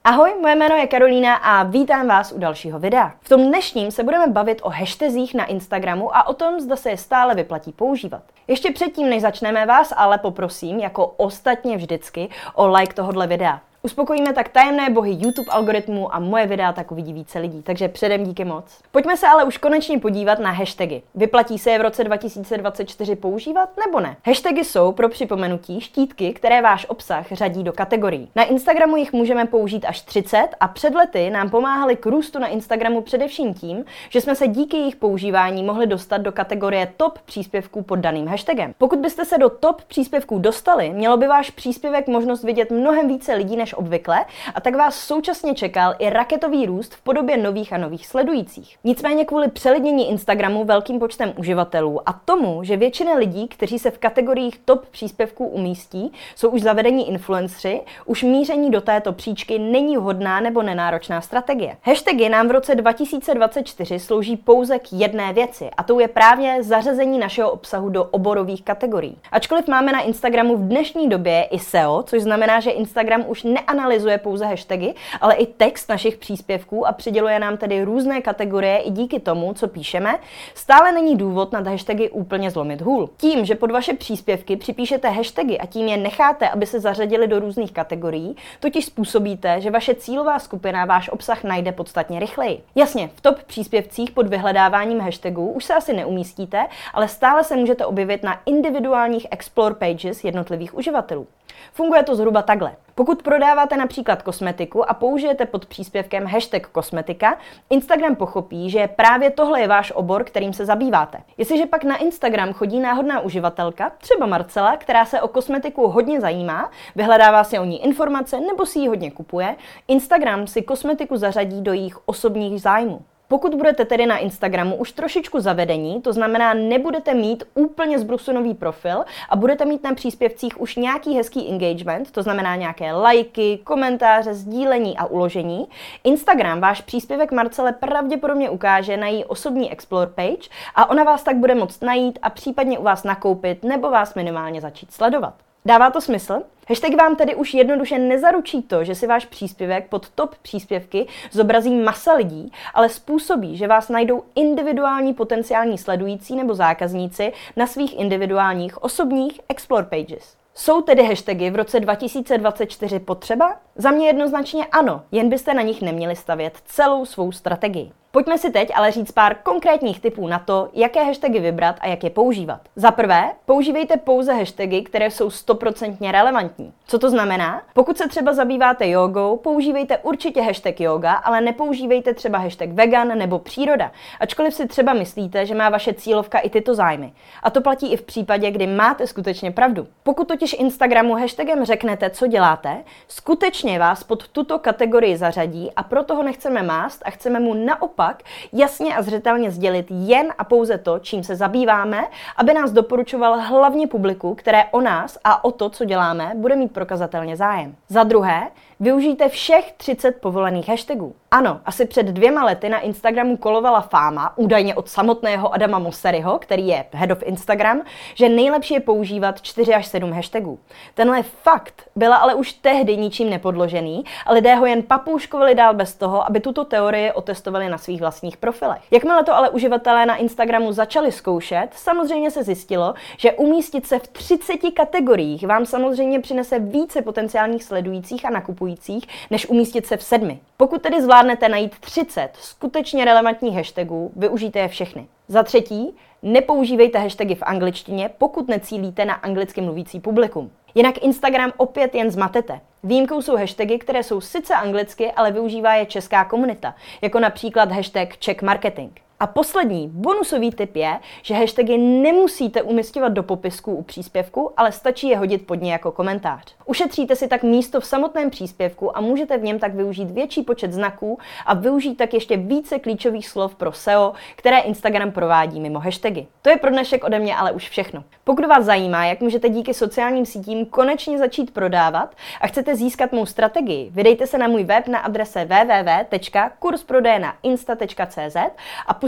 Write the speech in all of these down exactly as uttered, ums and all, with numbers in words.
Ahoj, moje jméno je Karolína a vítám vás u dalšího videa. V tom dnešním se budeme bavit o hashtazích na Instagramu a o tom, zda se je stále vyplatí používat. Ještě předtím, než začneme, vás ale poprosím, jako ostatně vždycky, o like tohohle videa. Uspokojíme tak tajemné bohy YouTube algoritmu a moje videa tak uvidí více lidí, takže předem díky moc. Pojďme se ale už konečně podívat na hashtagy. Vyplatí se je v roce dva tisíce dvacet čtyři používat nebo ne? Hashtagy jsou pro připomenutí štítky, které váš obsah řadí do kategorií. Na Instagramu jich můžeme použít až třicet a před lety nám pomáhali k růstu na Instagramu především tím, že jsme se díky jejich používání mohli dostat do kategorie top příspěvků pod daným hashtagem. Pokud byste se do top příspěvků dostali, mělo by váš příspěvek možnost vidět mnohem více lidí než obvykle a tak vás současně čekal i raketový růst v podobě nových a nových sledujících. Nicméně kvůli přelidnění Instagramu velkým počtem uživatelů a tomu, že většina lidí, kteří se v kategoriích top příspěvků umístí, jsou už zavedení influencři, už míření do této příčky není vhodná nebo nenáročná strategie. Hashtagy nám v roce dva tisíce dvacet čtyři slouží pouze k jedné věci a tou je právě zařazení našeho obsahu do oborových kategorií. Ačkoliv máme na Instagramu v dnešní době i S E O, což znamená, že Instagram už neanalyzuje pouze hashtagy, ale i text našich příspěvků a přiděluje nám tedy různé kategorie i díky tomu, co píšeme, stále není důvod nad hashtagy úplně zlomit hůl. Tím, že pod vaše příspěvky připíšete hashtagy a tím je necháte, aby se zařadili do různých kategorií, totiž způsobíte, že vaše cílová skupina váš obsah najde podstatně rychleji. Jasně, v top příspěvcích pod vyhledáváním hashtagů už se asi neumístíte, ale stále se můžete objevit na individuálních explore pages jednotlivých uživatelů. Funguje to zhruba takhle. Pokud prodáváte například kosmetiku a použijete pod příspěvkem hashtag kosmetika, Instagram pochopí, že právě tohle je váš obor, kterým se zabýváte. Jestliže pak na Instagram chodí náhodná uživatelka, třeba Marcela, která se o kosmetiku hodně zajímá, vyhledává si o ní informace nebo si ji hodně kupuje, Instagram si kosmetiku zařadí do jejich osobních zájmů. Pokud budete tedy na Instagramu už trošičku zavedení, to znamená, nebudete mít úplně zbrusunový profil a budete mít na příspěvcích už nějaký hezký engagement, to znamená nějaké lajky, komentáře, sdílení a uložení, Instagram váš příspěvek Marcele pravděpodobně ukáže na její osobní explore page a ona vás tak bude moct najít a případně u vás nakoupit nebo vás minimálně začít sledovat. Dává to smysl? Hashtag vám tedy už jednoduše nezaručí to, že si váš příspěvek pod top příspěvky zobrazí masa lidí, ale způsobí, že vás najdou individuální potenciální sledující nebo zákazníci na svých individuálních osobních explore pages. Jsou tedy hashtagy v roce dva tisíce dvacet čtyři potřeba? Za mě jednoznačně ano, jen byste na nich neměli stavět celou svou strategii. Pojďme si teď ale říct pár konkrétních tipů na to, jaké hashtagy vybrat a jak je používat. Za prvé, používejte pouze hashtagy, které jsou stoprocentně relevantní. Co to znamená? Pokud se třeba zabýváte jogou, používejte určitě hashtag yoga, ale nepoužívejte třeba hashtag vegan nebo příroda, ačkoliv si třeba myslíte, že má vaše cílovka i tyto zájmy. A to platí i v případě, kdy máte skutečně pravdu. Pokud totiž Instagramu hashtagem řeknete, co děláte, skutečně vás pod tuto kategorii zařadí a proto ho nechceme mást a chceme mu naopak pak jasně a zřetelně sdělit jen a pouze to, čím se zabýváme, aby nás doporučoval hlavně publiku, které o nás a o to, co děláme, bude mít prokazatelně zájem. Za druhé, využijte všech třicet povolených hashtagů. Ano, asi před dvěma lety na Instagramu kolovala fáma, údajně od samotného Adama Mosseriho, který je head of Instagram, že nejlepší je používat čtyři až sedm hashtagů. Tenhle fakt byla ale už tehdy ničím nepodložený a lidé ho jen papouškovali dál bez toho, aby tuto teorii otestovali na svých vlastních profilech. Jakmile to ale uživatelé na Instagramu začali zkoušet, samozřejmě se zjistilo, že umístit se v třiceti kategoriích vám samozřejmě přinese více potenciálních sledujících a nakupujících, než umístit se v sedmi. Pokud tedy zvládnete najít třicet skutečně relevantních hashtagů, využijte je všechny. Za třetí, nepoužívejte hashtagy v angličtině, pokud necílíte na anglicky mluvící publikum. Jinak Instagram opět jen zmatete. Výjimkou jsou hashtagy, které jsou sice anglicky, ale využívá je česká komunita, jako například hashtag Czech Marketing. A poslední bonusový tip je, že hashtagy nemusíte umisťovat do popisku u příspěvku, ale stačí je hodit pod ně jako komentář. Ušetříte si tak místo v samotném příspěvku a můžete v něm tak využít větší počet znaků a využít tak ještě více klíčových slov pro S E O, které Instagram provádí mimo hashtagy. To je pro dnešek ode mě ale už všechno. Pokud vás zajímá, jak můžete díky sociálním sítím konečně začít prodávat a chcete získat mou strategii, vydejte se na můj web na adrese w w w tečka kurz prodeje na insta tečka c z a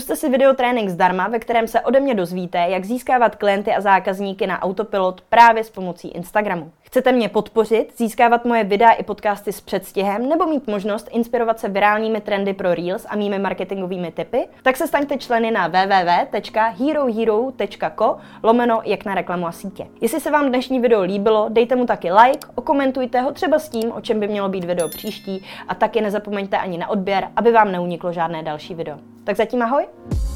Pusťte si videotrénink zdarma, ve kterém se ode mě dozvíte, jak získávat klienty a zákazníky na autopilot právě s pomocí Instagramu. Chcete mě podpořit, získávat moje videa i podcasty s předstihem nebo mít možnost inspirovat se virálními trendy pro Reels a mými marketingovými tipy? Tak se staňte členy na w w w tečka herohero tečka co lomeno jak na reklamu a sítě. Jestli se vám dnešní video líbilo, dejte mu taky like, okomentujte ho třeba s tím, o čem by mělo být video příští a taky nezapomeňte ani na odběr, aby vám neuniklo žádné další video. Tak zatím ahoj!